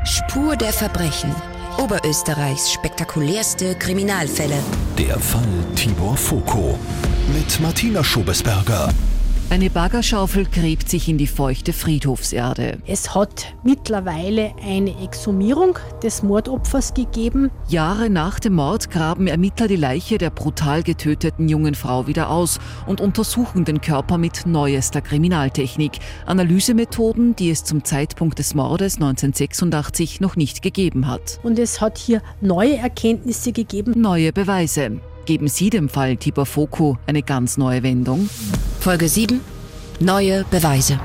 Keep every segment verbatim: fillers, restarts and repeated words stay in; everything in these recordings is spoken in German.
Spur der Verbrechen. Oberösterreichs spektakulärste Kriminalfälle. Der Fall Tibor Foko mit Martina Schobesberger. Eine Baggerschaufel gräbt sich in die feuchte Friedhofserde. Es hat mittlerweile eine Exhumierung des Mordopfers gegeben. Jahre nach dem Mord graben Ermittler die Leiche der brutal getöteten jungen Frau wieder aus und untersuchen den Körper mit neuester Kriminaltechnik. Analysemethoden, die es zum Zeitpunkt des Mordes neunzehnhundertsechsundachtzig noch nicht gegeben hat. Und es hat hier neue Erkenntnisse gegeben. Neue Beweise. Geben Sie dem Fall Tibor Foko eine ganz neue Wendung? Folge sieben. Neue Beweise.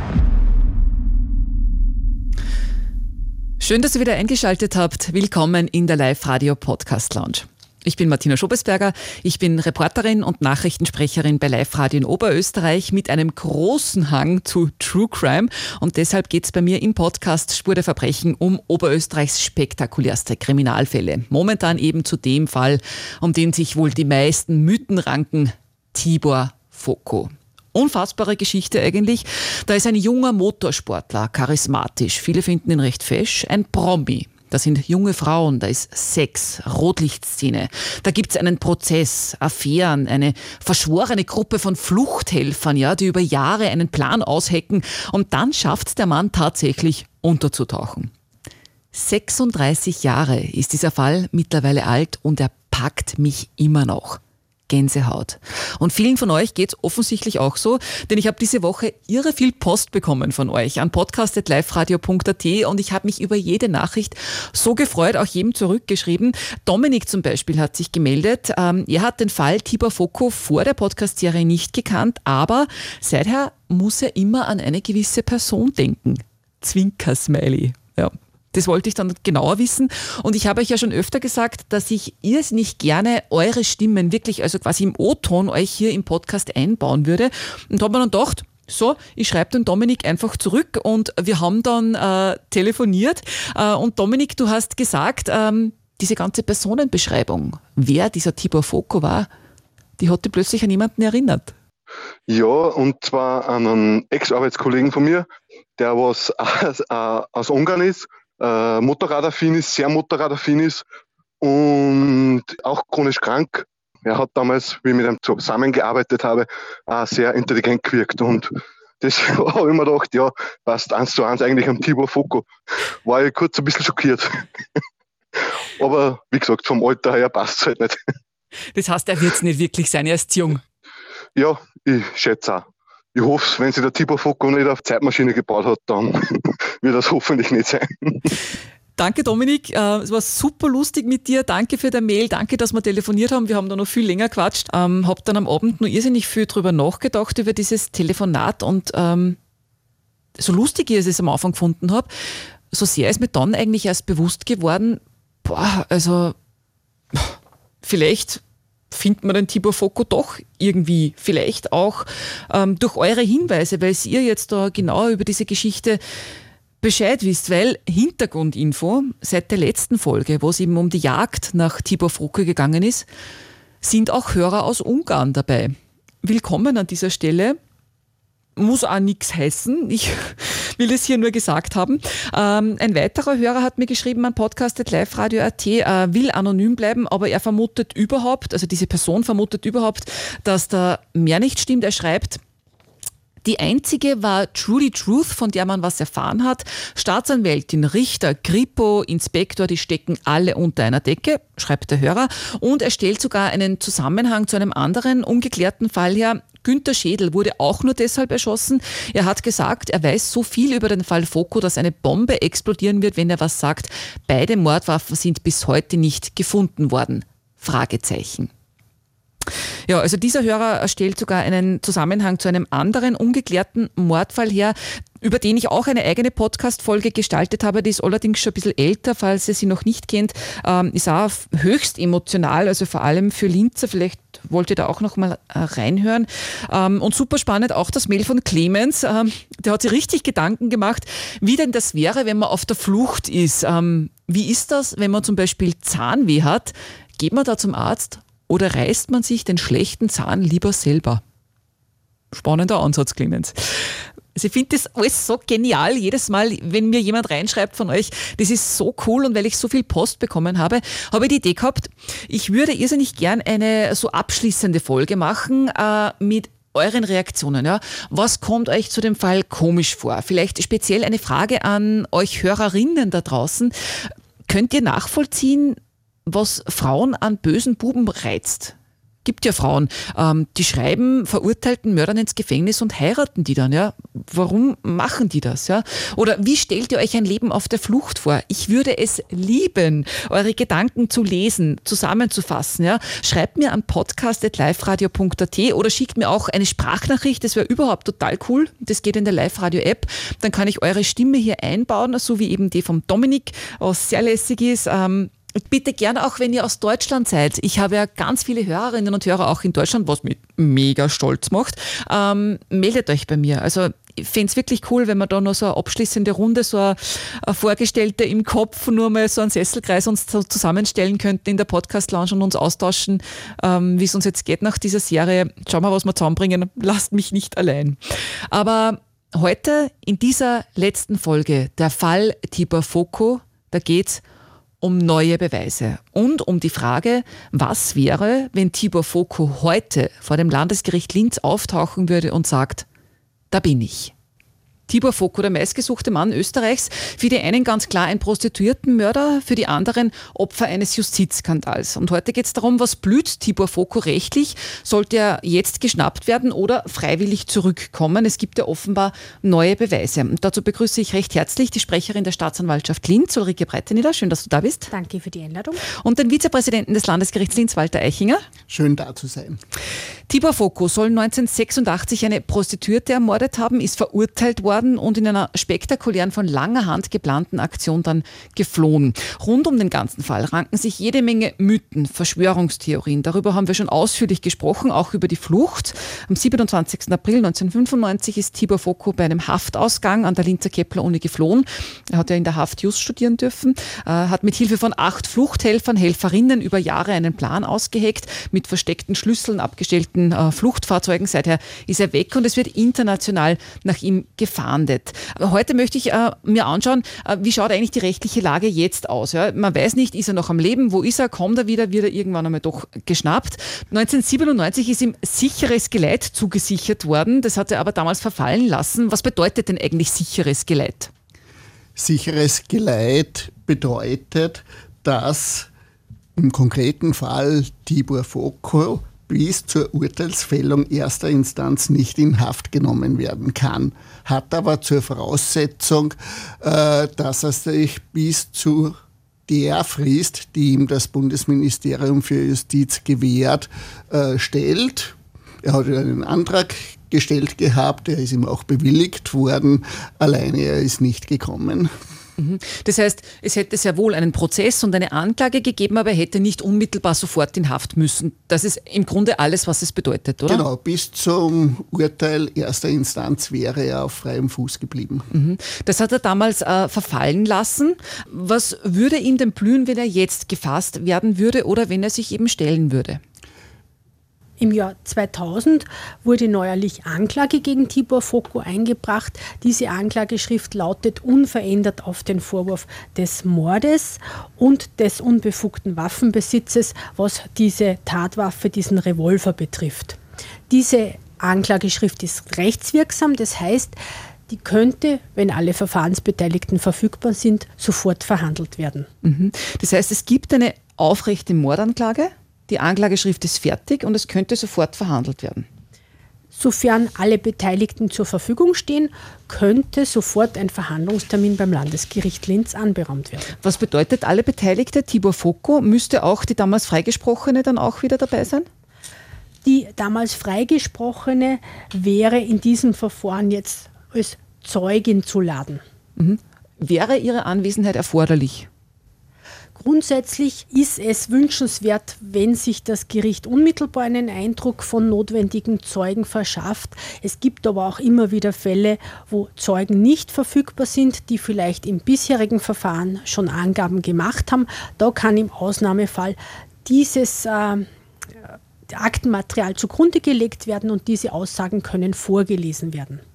Schön, dass ihr wieder eingeschaltet habt. Willkommen in der Live-Radio-Podcast-Lounge. Ich bin Martina Schobesberger, ich bin Reporterin und Nachrichtensprecherin bei Live-Radio in Oberösterreich mit einem großen Hang zu True Crime und deshalb geht es bei mir im Podcast Spur der Verbrechen um Oberösterreichs spektakulärste Kriminalfälle. Momentan eben zu dem Fall, um den sich wohl die meisten Mythen ranken, Tibor Foko. Unfassbare Geschichte eigentlich. Da ist ein junger Motorsportler, charismatisch, viele finden ihn recht fesch, ein Promi. Da sind junge Frauen, da ist Sex, Rotlichtszene. Da gibt's einen Prozess, Affären, eine verschworene Gruppe von Fluchthelfern, ja, die über Jahre einen Plan aushecken. Und dann schafft's der Mann tatsächlich unterzutauchen. sechsunddreißig Jahre ist dieser Fall mittlerweile alt und er packt mich immer noch. Gänsehaut. Und vielen von euch geht's offensichtlich auch so, denn ich habe diese Woche irre viel Post bekommen von euch an podcast at liveradio punkt at und ich habe mich über jede Nachricht so gefreut, auch jedem zurückgeschrieben. Dominik zum Beispiel hat sich gemeldet. Ähm, er hat den Fall Tibor Foko vor der Podcast-Serie nicht gekannt, aber seither muss er immer an eine gewisse Person denken. Zwinker-Smiley. Ja. Das wollte ich dann genauer wissen. Und ich habe euch ja schon öfter gesagt, dass ich irrsinnig gerne eure Stimmen wirklich, also quasi im O-Ton euch hier im Podcast einbauen würde. Und da habe mir dann gedacht, so, ich schreibe den Dominik einfach zurück und wir haben dann äh, telefoniert. Äh, und Dominik, du hast gesagt, ähm, diese ganze Personenbeschreibung, wer dieser Tibor Foko war, die hat dich plötzlich an jemanden erinnert. Ja, und zwar an einen Ex-Arbeitskollegen von mir, der was aus, äh, aus Ungarn ist. Äh, Motorradaffin ist, sehr Motorradaffin ist und auch chronisch krank. Er hat damals, wie ich mit ihm zusammengearbeitet habe, auch sehr intelligent gewirkt und das habe ich mir gedacht, ja, passt eins zu eins eigentlich am Tibor Foko. War ich kurz ein bisschen schockiert. Aber wie gesagt, vom Alter her passt es halt nicht. Das heißt, er wird es nicht wirklich sein, er ist jung. Ja, ich schätze auch. Ich hoffe, wenn sich der Tibor Foko nicht auf Zeitmaschine gebaut hat, dann wird das hoffentlich nicht sein. Danke Dominik, es war super lustig mit dir, danke für deine Mail, danke, dass wir telefoniert haben, wir haben da noch viel länger gequatscht, ähm, habe dann am Abend noch irrsinnig viel drüber nachgedacht, über dieses Telefonat und ähm, so lustig ich es am Anfang gefunden habe, so sehr ist mir dann eigentlich erst bewusst geworden, boah, also vielleicht findet man den Tibor Foko doch irgendwie, vielleicht auch ähm, durch eure Hinweise, weil ihr jetzt da genauer über diese Geschichte Bescheid wisst, weil Hintergrundinfo seit der letzten Folge, wo es eben um die Jagd nach Tibor Foko gegangen ist, sind auch Hörer aus Ungarn dabei. Willkommen an dieser Stelle. Muss auch nichts heißen. Ich will es hier nur gesagt haben. Ähm, ein weiterer Hörer hat mir geschrieben an podcast at liveradio punkt at, äh, will anonym bleiben, aber er vermutet überhaupt, also diese Person vermutet überhaupt, dass da mehr nicht stimmt. Er schreibt, die einzige war Trudy Truth, von der man was erfahren hat. Staatsanwältin, Richter, Kripo, Inspektor, die stecken alle unter einer Decke, schreibt der Hörer. Und er stellt sogar einen Zusammenhang zu einem anderen ungeklärten Fall her. Günther Schädel wurde auch nur deshalb erschossen. Er hat gesagt, er weiß so viel über den Fall Foko, dass eine Bombe explodieren wird, wenn er was sagt. Beide Mordwaffen sind bis heute nicht gefunden worden. Fragezeichen. Ja, also dieser Hörer stellt sogar einen Zusammenhang zu einem anderen ungeklärten Mordfall her, über den ich auch eine eigene Podcast-Folge gestaltet habe. Die ist allerdings schon ein bisschen älter, falls ihr sie noch nicht kennt. Ähm, ist auch höchst emotional, also vor allem für Linzer. Vielleicht wollt ihr da auch noch mal äh, reinhören. Ähm, und super spannend auch das Mail von Clemens. Ähm, der hat sich richtig Gedanken gemacht, wie denn das wäre, wenn man auf der Flucht ist. Ähm, wie ist das, wenn man zum Beispiel Zahnweh hat? Geht man da zum Arzt? Oder reißt man sich den schlechten Zahn lieber selber? Spannender Ansatz, Clemens. Also ich finde das alles so genial, jedes Mal, wenn mir jemand reinschreibt von euch, das ist so cool, und weil ich so viel Post bekommen habe, habe ich die Idee gehabt, ich würde irrsinnig gern eine so abschließende Folge machen äh, mit euren Reaktionen. Ja. Was kommt euch zu dem Fall komisch vor? Vielleicht speziell eine Frage an euch Hörerinnen da draußen. Könnt ihr nachvollziehen, was Frauen an bösen Buben reizt? Gibt ja Frauen, ähm, die schreiben verurteilten Mördern ins Gefängnis und heiraten die dann. Ja? Warum machen die das? Ja? Oder wie stellt ihr euch ein Leben auf der Flucht vor? Ich würde es lieben, eure Gedanken zu lesen, zusammenzufassen. Ja? Schreibt mir an podcast at liveradio punkt at oder schickt mir auch eine Sprachnachricht. Das wäre überhaupt total cool. Das geht in der Live-Radio-App. Dann kann ich eure Stimme hier einbauen, so wie eben die vom Dominik, was sehr lässig ist. Ähm, Bitte gerne auch, wenn ihr aus Deutschland seid. Ich habe ja ganz viele Hörerinnen und Hörer auch in Deutschland, was mich mega stolz macht. Ähm, meldet euch bei mir. Also ich finde es wirklich cool, wenn wir da noch so eine abschließende Runde, so eine, eine Vorgestellte im Kopf, nur mal so einen Sesselkreis uns so zusammenstellen könnten in der Podcast-Lounge und uns austauschen, ähm, wie es uns jetzt geht nach dieser Serie. Schauen wir, was wir zusammenbringen. Lasst mich nicht allein. Aber heute in dieser letzten Folge, der Fall Tibor Foko, da geht's um neue Beweise und um die Frage, was wäre, wenn Tibor Foko heute vor dem Landesgericht Linz auftauchen würde und sagt, da bin ich. Tibor Foko, der meistgesuchte Mann Österreichs, für die einen ganz klar ein Prostituiertenmörder, für die anderen Opfer eines Justizskandals. Und heute geht es darum, was blüht Tibor Foko rechtlich? Sollte er jetzt geschnappt werden oder freiwillig zurückkommen? Es gibt ja offenbar neue Beweise. Und dazu begrüße ich recht herzlich die Sprecherin der Staatsanwaltschaft Linz, Ulrike Breitenieder. Schön, dass du da bist. Danke für die Einladung. Und den Vizepräsidenten des Landesgerichts Linz, Walter Eichinger. Schön, da zu sein. Tibor Foko soll neunzehnhundertsechsundachtzig eine Prostituierte ermordet haben, ist verurteilt worden und in einer spektakulären, von langer Hand geplanten Aktion dann geflohen. Rund um den ganzen Fall ranken sich jede Menge Mythen, Verschwörungstheorien. Darüber haben wir schon ausführlich gesprochen, auch über die Flucht. Am siebenundzwanzigsten April neunzehnhundertfünfundneunzig ist Tibor Foko bei einem Haftausgang an der Linzer Kepler-Uni geflohen. Er hat ja in der Haft Just studieren dürfen, hat mit Hilfe von acht Fluchthelfern, Helferinnen über Jahre einen Plan ausgeheckt, mit versteckten Schlüsseln, abgestellten Fluchtfahrzeugen. Seither ist er weg und es wird international nach ihm gefahndet. Heute möchte ich äh, mir anschauen, äh, wie schaut eigentlich die rechtliche Lage jetzt aus. Ja? Man weiß nicht, ist er noch am Leben, wo ist er, kommt er wieder, wird er irgendwann einmal doch geschnappt. neunzehnhundertsiebenundneunzig ist ihm sicheres Geleit zugesichert worden, das hat er aber damals verfallen lassen. Was bedeutet denn eigentlich sicheres Geleit? Sicheres Geleit bedeutet, dass im konkreten Fall Tibor Foko bis zur Urteilsfällung erster Instanz nicht in Haft genommen werden kann. Hat aber zur Voraussetzung, dass er sich bis zu der Frist, die ihm das Bundesministerium für Justiz gewährt, stellt. Er hat einen Antrag gestellt gehabt, der ist ihm auch bewilligt worden, alleine er ist nicht gekommen. Das heißt, es hätte sehr wohl einen Prozess und eine Anklage gegeben, aber er hätte nicht unmittelbar sofort in Haft müssen. Das ist im Grunde alles, was es bedeutet, oder? Genau, bis zum Urteil erster Instanz wäre er auf freiem Fuß geblieben. Das hat er damals äh, verfallen lassen. Was würde ihm denn blühen, wenn er jetzt gefasst werden würde oder wenn er sich eben stellen würde? Im Jahr zweitausend wurde neuerlich Anklage gegen Tibor Foko eingebracht. Diese Anklageschrift lautet unverändert auf den Vorwurf des Mordes und des unbefugten Waffenbesitzes, was diese Tatwaffe, diesen Revolver betrifft. Diese Anklageschrift ist rechtswirksam, das heißt, die könnte, wenn alle Verfahrensbeteiligten verfügbar sind, sofort verhandelt werden. Mhm. Das heißt, es gibt eine aufrechte Mordanklage? Die Anklageschrift ist fertig und es könnte sofort verhandelt werden. Sofern alle Beteiligten zur Verfügung stehen, könnte sofort ein Verhandlungstermin beim Landesgericht Linz anberaumt werden. Was bedeutet alle Beteiligte? Tibor Foko, müsste auch die damals Freigesprochene dann auch wieder dabei sein? Die damals Freigesprochene wäre in diesem Verfahren jetzt als Zeugin zu laden. Mhm. Wäre ihre Anwesenheit erforderlich? Grundsätzlich ist es wünschenswert, wenn sich das Gericht unmittelbar einen Eindruck von notwendigen Zeugen verschafft. Es gibt aber auch immer wieder Fälle, wo Zeugen nicht verfügbar sind, die vielleicht im bisherigen Verfahren schon Angaben gemacht haben. Da kann im Ausnahmefall dieses äh, Aktenmaterial zugrunde gelegt werden und diese Aussagen können vorgelesen werden.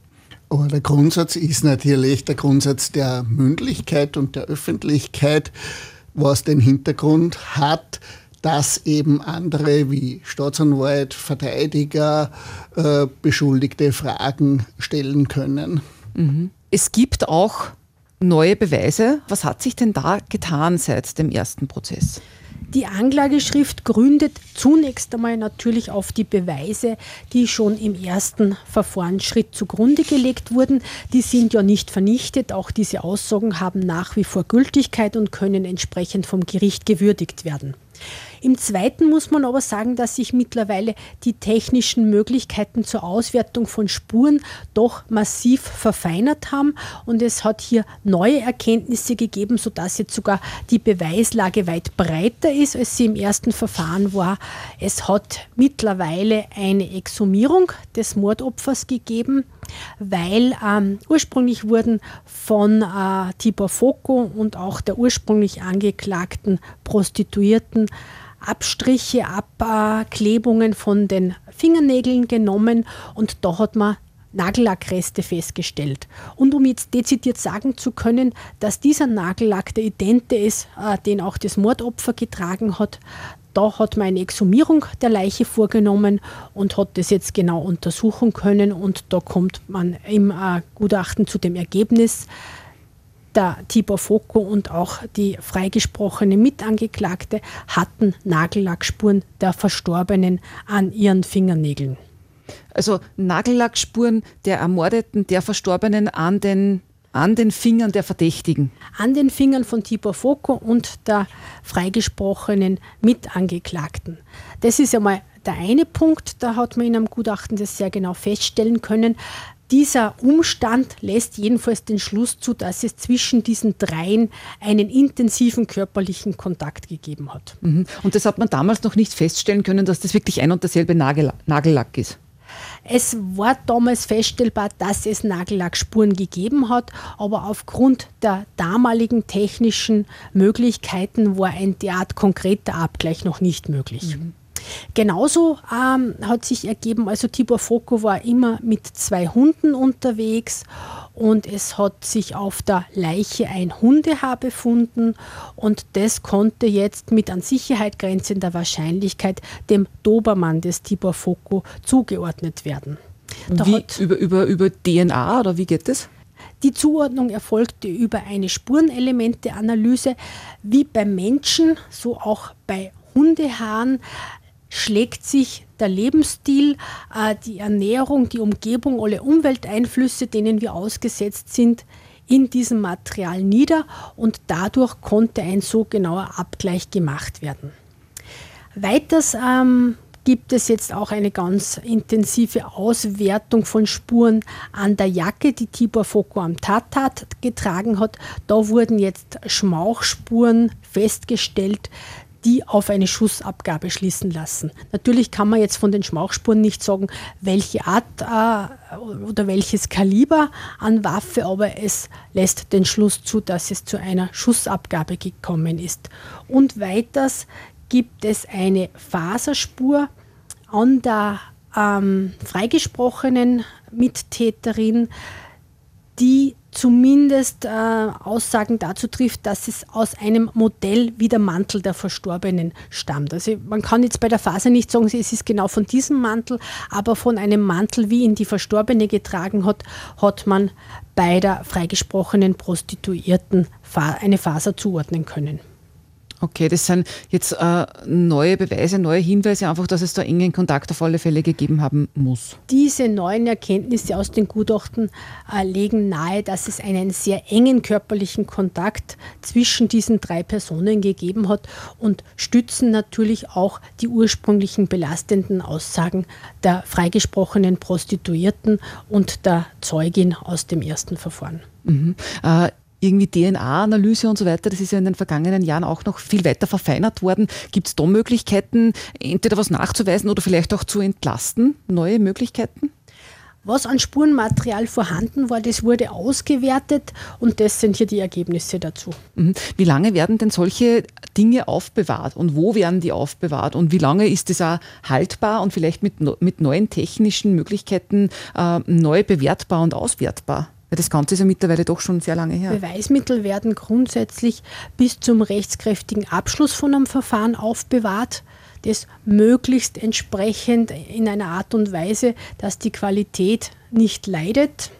Aber der Grundsatz ist natürlich der Grundsatz der Mündlichkeit und der Öffentlichkeit, was den Hintergrund hat, dass eben andere wie Staatsanwalt, Verteidiger, äh, Beschuldigte Fragen stellen können. Mhm. Es gibt auch neue Beweise. Was hat sich denn da getan seit dem ersten Prozess? Die Anklageschrift gründet zunächst einmal natürlich auf die Beweise, die schon im ersten Verfahrensschritt zugrunde gelegt wurden. Die sind ja nicht vernichtet. Auch diese Aussagen haben nach wie vor Gültigkeit und können entsprechend vom Gericht gewürdigt werden. Im Zweiten muss man aber sagen, dass sich mittlerweile die technischen Möglichkeiten zur Auswertung von Spuren doch massiv verfeinert haben und es hat hier neue Erkenntnisse gegeben, sodass jetzt sogar die Beweislage weit breiter ist, als sie im ersten Verfahren war. Es hat mittlerweile eine Exhumierung des Mordopfers gegeben, weil ähm, ursprünglich wurden von äh, Tibor Foko und auch der ursprünglich angeklagten Prostituierten Abstriche, Abklebungen von den Fingernägeln genommen und da hat man Nagellackreste festgestellt. Und um jetzt dezidiert sagen zu können, dass dieser Nagellack der idente ist, äh, den auch das Mordopfer getragen hat, da hat man eine Exhumierung der Leiche vorgenommen und hat das jetzt genau untersuchen können und da kommt man im äh, Gutachten zu dem Ergebnis, der Tibor Foko und auch die freigesprochene Mitangeklagte hatten Nagellackspuren der Verstorbenen an ihren Fingernägeln. Also Nagellackspuren der Ermordeten, der Verstorbenen an den, an den Fingern der Verdächtigen? An den Fingern von Tibor Foko und der freigesprochenen Mitangeklagten. Das ist einmal der eine Punkt, da hat man in einem Gutachten das sehr genau feststellen können. Dieser Umstand lässt jedenfalls den Schluss zu, dass es zwischen diesen dreien einen intensiven körperlichen Kontakt gegeben hat. Mhm. Und das hat man damals noch nicht feststellen können, dass das wirklich ein und derselbe Nagel- Nagellack ist? Es war damals feststellbar, dass es Nagellackspuren gegeben hat, aber aufgrund der damaligen technischen Möglichkeiten war ein derart konkreter Abgleich noch nicht möglich. Mhm. Genauso ähm, hat sich ergeben, also Tibor Foko war immer mit zwei Hunden unterwegs und es hat sich auf der Leiche ein Hundehaar befunden und das konnte jetzt mit an Sicherheit grenzender Wahrscheinlichkeit dem Dobermann des Tibor Foko zugeordnet werden. Da wie, hat über, über, über D N A oder wie geht das? Die Zuordnung erfolgte über eine Spurenelemente-Analyse. Wie beim Menschen, so auch bei Hundehaaren schlägt sich der Lebensstil, äh, die Ernährung, die Umgebung, alle Umwelteinflüsse, denen wir ausgesetzt sind, in diesem Material nieder und dadurch konnte ein so genauer Abgleich gemacht werden. Weiters ähm, gibt es jetzt auch eine ganz intensive Auswertung von Spuren an der Jacke, die Tibor Foko am Tattat getragen hat. Da wurden jetzt Schmauchspuren festgestellt, die auf eine Schussabgabe schließen lassen. Natürlich kann man jetzt von den Schmauchspuren nicht sagen, welche Art äh, oder welches Kaliber an Waffe, aber es lässt den Schluss zu, dass es zu einer Schussabgabe gekommen ist. Und weiters gibt es eine Faserspur an der ähm, freigesprochenen Mittäterin, die zumindest äh, Aussagen dazu trifft, dass es aus einem Modell wie der Mantel der Verstorbenen stammt. Also man kann jetzt bei der Faser nicht sagen, es ist genau von diesem Mantel, aber von einem Mantel, wie ihn die Verstorbene getragen hat, hat man bei der freigesprochenen Prostituierten eine Faser zuordnen können. Okay, das sind jetzt äh, neue Beweise, neue Hinweise, einfach, dass es da engen Kontakt auf alle Fälle gegeben haben muss. Diese neuen Erkenntnisse aus den Gutachten äh, legen nahe, dass es einen sehr engen körperlichen Kontakt zwischen diesen drei Personen gegeben hat und stützen natürlich auch die ursprünglichen belastenden Aussagen der freigesprochenen Prostituierten und der Zeugin aus dem ersten Verfahren. Mhm. Äh, Irgendwie D N A-Analyse und so weiter, das ist ja in den vergangenen Jahren auch noch viel weiter verfeinert worden. Gibt es da Möglichkeiten, entweder was nachzuweisen oder vielleicht auch zu entlasten? Neue Möglichkeiten? Was an Spurenmaterial vorhanden war, das wurde ausgewertet und das sind hier die Ergebnisse dazu. Wie lange werden denn solche Dinge aufbewahrt und wo werden die aufbewahrt und wie lange ist das auch haltbar und vielleicht mit, mit neuen technischen Möglichkeiten äh, neu bewertbar und auswertbar? Weil das Ganze ist ja mittlerweile doch schon sehr lange her. Beweismittel werden grundsätzlich bis zum rechtskräftigen Abschluss von einem Verfahren aufbewahrt. Das möglichst entsprechend in einer Art und Weise, dass die Qualität nicht leidet.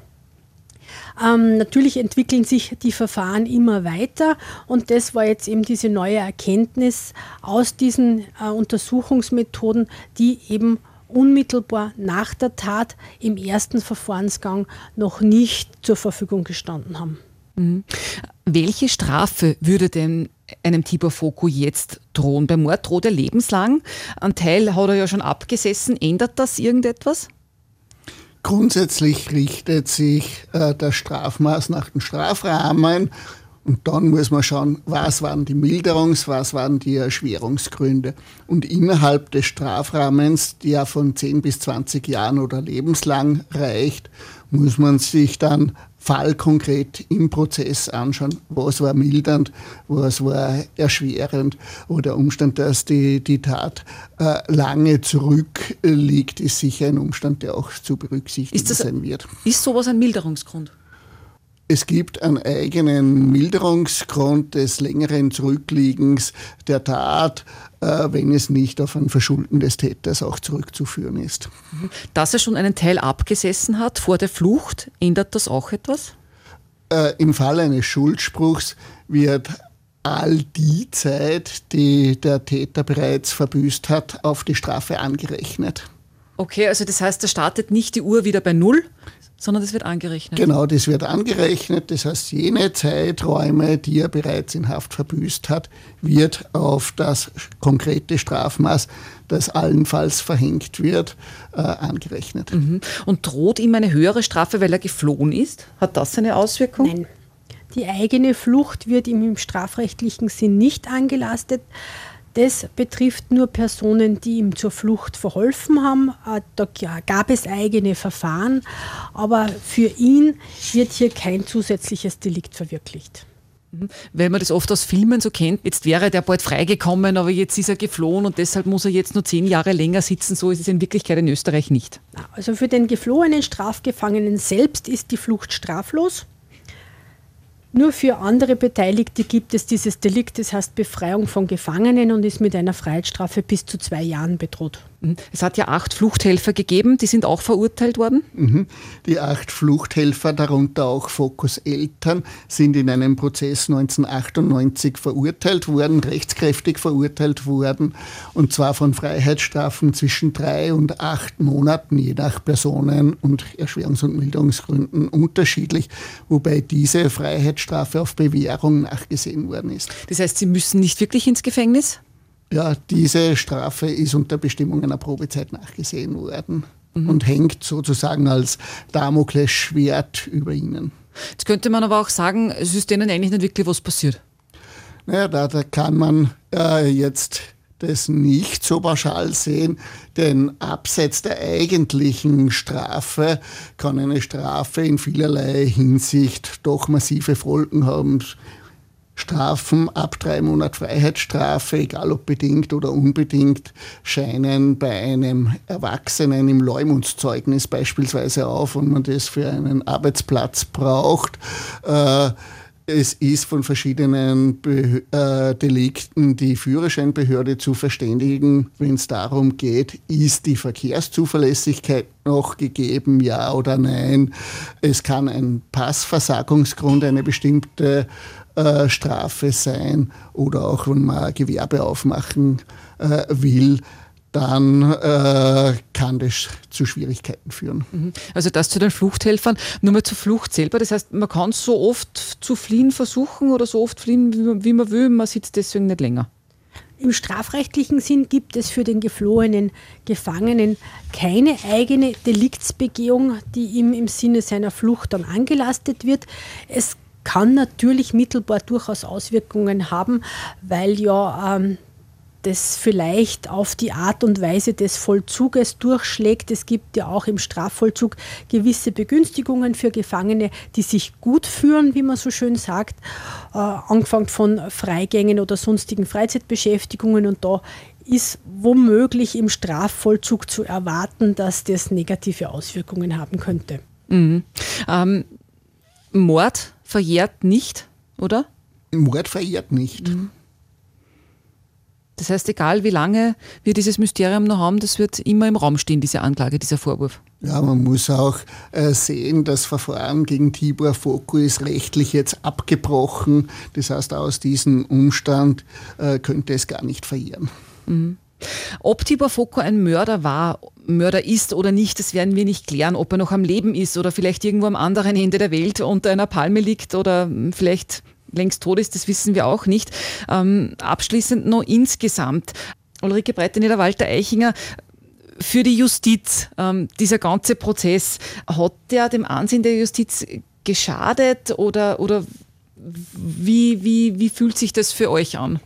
Ähm, natürlich entwickeln sich die Verfahren immer weiter und das war jetzt eben diese neue Erkenntnis aus diesen äh, Untersuchungsmethoden, die eben unmittelbar nach der Tat im ersten Verfahrensgang noch nicht zur Verfügung gestanden haben. Mhm. Welche Strafe würde denn einem Tibor Foko jetzt drohen? Bei Mord droht er lebenslang. Ein Teil hat er ja schon abgesessen. Ändert das irgendetwas? Grundsätzlich richtet sich äh, das Strafmaß nach dem Strafrahmen und dann muss man schauen, was waren die Milderungs-, was waren die Erschwerungsgründe. Und innerhalb des Strafrahmens, der von zehn bis zwanzig Jahren oder lebenslang reicht, muss man sich dann fallkonkret im Prozess anschauen, was war mildernd, was war erschwerend oder der Umstand, dass die, die Tat äh, lange zurückliegt, ist sicher ein Umstand, der auch zu berücksichtigen ist das, sein wird. Ist sowas ein Milderungsgrund? Es gibt einen eigenen Milderungsgrund des längeren Zurückliegens der Tat, äh, wenn es nicht auf ein Verschulden des Täters auch zurückzuführen ist. Dass er schon einen Teil abgesessen hat vor der Flucht, ändert das auch etwas? Äh, Im Fall eines Schuldspruchs wird all die Zeit, die der Täter bereits verbüßt hat, auf die Strafe angerechnet. Okay, also das heißt, da startet nicht die Uhr wieder bei Null, sondern das wird angerechnet. Genau, das wird angerechnet. Das heißt, jene Zeiträume, die er bereits in Haft verbüßt hat, wird auf das konkrete Strafmaß, das allenfalls verhängt wird, äh, angerechnet. Mhm. Und droht ihm eine höhere Strafe, weil er geflohen ist? Hat das eine Auswirkung? Nein. Die eigene Flucht wird ihm im strafrechtlichen Sinn nicht angelastet. Das betrifft nur Personen, die ihm zur Flucht verholfen haben. Da gab es eigene Verfahren, aber für ihn wird hier kein zusätzliches Delikt verwirklicht. Weil man das oft aus Filmen so kennt, jetzt wäre der bald freigekommen, aber jetzt ist er geflohen und deshalb muss er jetzt nur zehn Jahre länger sitzen. So ist es in Wirklichkeit in Österreich nicht. Also für den geflohenen Strafgefangenen selbst ist die Flucht straflos. Nur für andere Beteiligte gibt es dieses Delikt, das heißt Befreiung von Gefangenen und ist mit einer Freiheitsstrafe bis zu zwei Jahren bedroht. Es hat ja acht Fluchthelfer gegeben, die sind auch verurteilt worden. Mhm. Die acht Fluchthelfer, darunter auch Fokos Eltern, sind in einem Prozess neunzehnhundertachtundneunzig verurteilt worden, rechtskräftig verurteilt worden, und zwar von Freiheitsstrafen zwischen drei und acht Monaten, je nach Personen- und Erschwerungs- und Milderungsgründen unterschiedlich, wobei diese Freiheitsstrafe auf Bewährung nachgesehen worden ist. Das heißt, sie müssen nicht wirklich ins Gefängnis? Ja, diese Strafe ist unter Bestimmungen einer Probezeit nachgesehen worden mhm. und hängt sozusagen als Damoklesschwert über ihnen. Jetzt könnte man aber auch sagen, es ist denen eigentlich nicht wirklich was passiert. Naja, da, da kann man äh, jetzt das nicht so pauschal sehen, denn abseits der eigentlichen Strafe kann eine Strafe in vielerlei Hinsicht doch massive Folgen haben. Strafen ab drei Monat Freiheitsstrafe, egal ob bedingt oder unbedingt, scheinen bei einem Erwachsenen im Leumundszeugnis beispielsweise auf, wenn man das für einen Arbeitsplatz braucht. Äh, es ist von verschiedenen Be- äh, Delikten die Führerscheinbehörde zu verständigen, wenn es darum geht, ist die Verkehrszuverlässigkeit noch gegeben, ja oder nein. Es kann ein Passversagungsgrund, eine bestimmte äh, Strafe sein, oder auch wenn man ein Gewerbe aufmachen äh, will, dann äh, kann das zu Schwierigkeiten führen. Also das zu den Fluchthelfern. Nur mal zur Flucht selber. Das heißt, man kann so oft zu fliehen versuchen oder so oft fliehen, wie man, wie man will. Man sitzt deswegen nicht länger. Im strafrechtlichen Sinn gibt es für den geflohenen Gefangenen keine eigene Deliktsbegehung, die ihm im Sinne seiner Flucht dann angelastet wird. Es kann natürlich mittelbar durchaus Auswirkungen haben, weil ja ähm, das vielleicht auf die Art und Weise des Vollzuges durchschlägt. Es gibt ja auch im Strafvollzug gewisse Begünstigungen für Gefangene, die sich gut führen, wie man so schön sagt, äh, angefangen von Freigängen oder sonstigen Freizeitbeschäftigungen. Und da ist womöglich im Strafvollzug zu erwarten, dass das negative Auswirkungen haben könnte. Mhm. Ähm, Mord verjährt nicht, oder? Mord verjährt nicht. Mhm. Das heißt, egal wie lange wir dieses Mysterium noch haben, das wird immer im Raum stehen, diese Anklage, dieser Vorwurf. Ja, man muss auch äh, sehen, das Verfahren gegen Tibor Foko ist rechtlich jetzt abgebrochen. Das heißt, aus diesem Umstand äh, könnte es gar nicht verjähren. Mhm. Ob Tibor Foko ein Mörder war, Mörder ist oder nicht, das werden wir nicht klären. Ob er noch am Leben ist oder vielleicht irgendwo am anderen Ende der Welt unter einer Palme liegt oder vielleicht längst tot ist, das wissen wir auch nicht. Ähm, abschließend noch insgesamt. Ulrike Breiteneder, Walter Eichinger, für die Justiz, ähm, dieser ganze Prozess, hat der dem Ansehen der Justiz geschadet oder, oder wie, wie, wie fühlt sich das für euch an?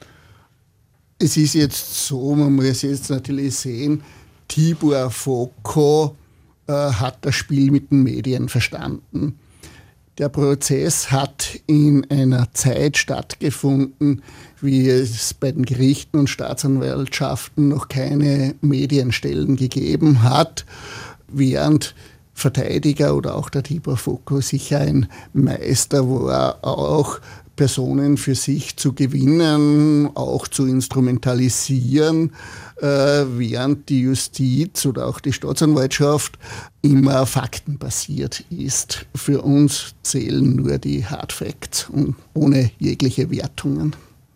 Es ist jetzt so, man muss jetzt natürlich sehen, Tibor Foko äh, hat das Spiel mit den Medien verstanden. Der Prozess hat in einer Zeit stattgefunden, wie es bei den Gerichten und Staatsanwaltschaften noch keine Medienstellen gegeben hat, während Verteidiger oder auch der Tibor Foko sicher ein Meister war, auch Personen für sich zu gewinnen, auch zu instrumentalisieren, äh, während die Justiz oder auch die Staatsanwaltschaft immer faktenbasiert ist. Für uns zählen nur die Hard Facts und ohne jegliche Wertungen.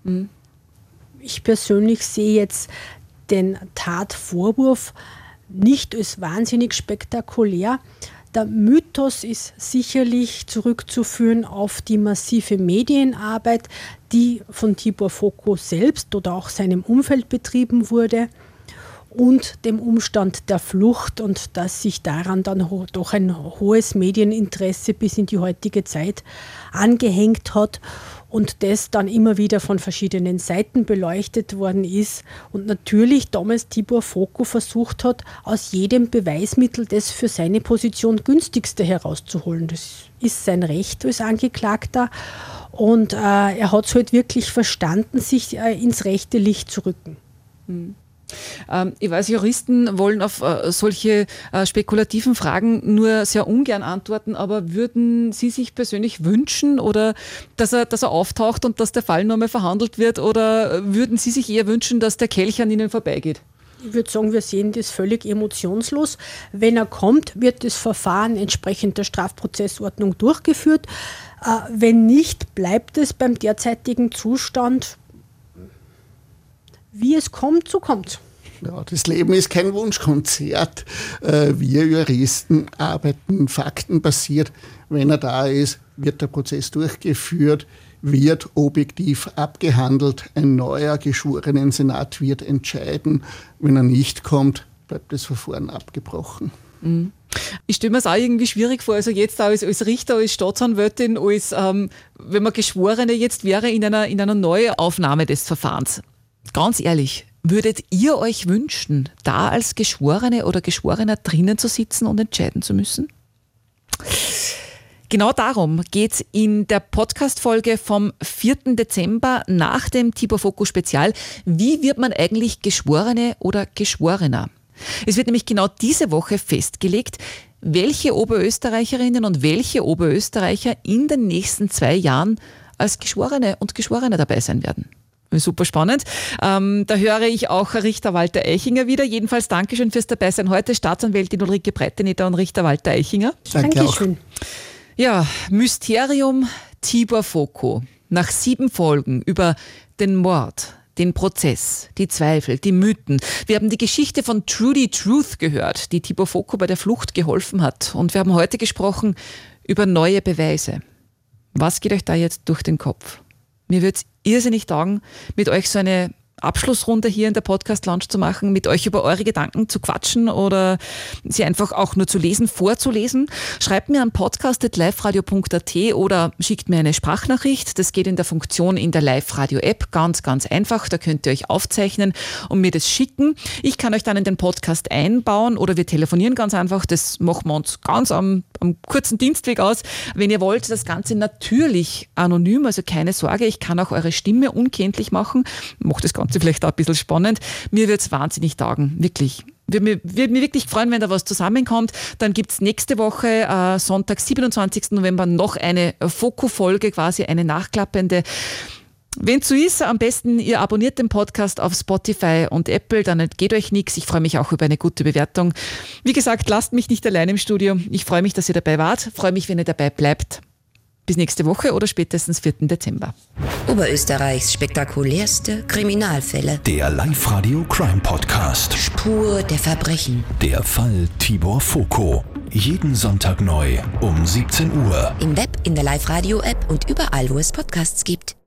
Ich persönlich sehe jetzt den Tatvorwurf nicht als wahnsinnig spektakulär. Der Mythos ist sicherlich zurückzuführen auf die massive Medienarbeit, die von Tibor Foko selbst oder auch seinem Umfeld betrieben wurde und dem Umstand der Flucht und dass sich daran dann ho- doch ein hohes Medieninteresse bis in die heutige Zeit angehängt hat und das dann immer wieder von verschiedenen Seiten beleuchtet worden ist und natürlich damals Tibor Foko versucht hat, aus jedem Beweismittel das für seine Position günstigste herauszuholen. Das ist sein Recht als Angeklagter und äh, er hat es halt wirklich verstanden, sich äh, ins rechte Licht zu rücken. Mhm. Ähm, ich weiß, Juristen wollen auf äh, solche äh, spekulativen Fragen nur sehr ungern antworten, aber würden Sie sich persönlich wünschen, oder dass er, dass er auftaucht und dass der Fall nochmal verhandelt wird, oder würden Sie sich eher wünschen, dass der Kelch an Ihnen vorbeigeht? Ich würde sagen, wir sehen das völlig emotionslos. Wenn er kommt, wird das Verfahren entsprechend der Strafprozessordnung durchgeführt. Äh, wenn nicht, bleibt es beim derzeitigen Zustand. Wie es kommt, so kommt. Ja, das Leben ist kein Wunschkonzert. Wir Juristen arbeiten faktenbasiert. Wenn er da ist, wird der Prozess durchgeführt, wird objektiv abgehandelt. Ein neuer Geschworenensenat wird entscheiden. Wenn er nicht kommt, bleibt das Verfahren abgebrochen. Mhm. Ich stelle mir es auch irgendwie schwierig vor, also jetzt auch als, als Richter, als Staatsanwältin, als, ähm, wenn man Geschworene jetzt wäre in einer, in einer Neuaufnahme des Verfahrens. Ganz ehrlich, würdet ihr euch wünschen, da als Geschworene oder Geschworener drinnen zu sitzen und entscheiden zu müssen? Genau darum geht es in der Podcast-Folge vom vierten Dezember nach dem Tibor Foko Spezial. Wie wird man eigentlich Geschworene oder Geschworener? Es wird nämlich genau diese Woche festgelegt, welche Oberösterreicherinnen und welche Oberösterreicher in den nächsten zwei Jahren als Geschworene und Geschworene dabei sein werden. Super spannend. Ähm, da höre ich auch Richter Walter Eichinger wieder. Jedenfalls Dankeschön fürs Dabeisein heute, Staatsanwältin Ulrike Breiteneder und Richter Walter Eichinger. Danke Dankeschön. auch. Ja, Mysterium Tibor Foko. Nach sieben Folgen über den Mord, den Prozess, die Zweifel, die Mythen. Wir haben die Geschichte von Trudy Truth gehört, die Tibor Foko bei der Flucht geholfen hat. Und wir haben heute gesprochen über neue Beweise. Was geht euch da jetzt durch den Kopf? Mir würde es irrsinnig taugen, mit euch so eine Abschlussrunde hier in der Podcast-Lounge zu machen, mit euch über eure Gedanken zu quatschen oder sie einfach auch nur zu lesen, vorzulesen. Schreibt mir an podcast at liveradio punkt at oder schickt mir eine Sprachnachricht. Das geht in der Funktion in der Live-Radio-App. Ganz, ganz einfach. Da könnt ihr euch aufzeichnen und mir das schicken. Ich kann euch dann in den Podcast einbauen oder wir telefonieren ganz einfach. Das machen wir uns ganz am, am kurzen Dienstweg aus. Wenn ihr wollt, das Ganze natürlich anonym, also keine Sorge. Ich kann auch eure Stimme unkenntlich machen. Macht das Ganze vielleicht auch ein bisschen spannend. Mir wird es wahnsinnig taugen. Wirklich. Würde mich, würde mich wirklich freuen, wenn da was zusammenkommt. Dann gibt es nächste Woche, äh, Sonntag, siebenundzwanzigsten November, noch eine Foku-Folge, quasi eine nachklappende. Wenn es so ist, am besten ihr abonniert den Podcast auf Spotify und Apple, dann geht euch nichts. Ich freue mich auch über eine gute Bewertung. Wie gesagt, lasst mich nicht allein im Studio. Ich freue mich, dass ihr dabei wart. Freue mich, wenn ihr dabei bleibt. Bis nächste Woche oder spätestens vierten Dezember. Oberösterreichs spektakulärste Kriminalfälle. Der Live-Radio Crime Podcast. Spur der Verbrechen. Der Fall Tibor Foko. Jeden Sonntag neu um siebzehn Uhr. Im Web, in der Live-Radio-App und überall, wo es Podcasts gibt.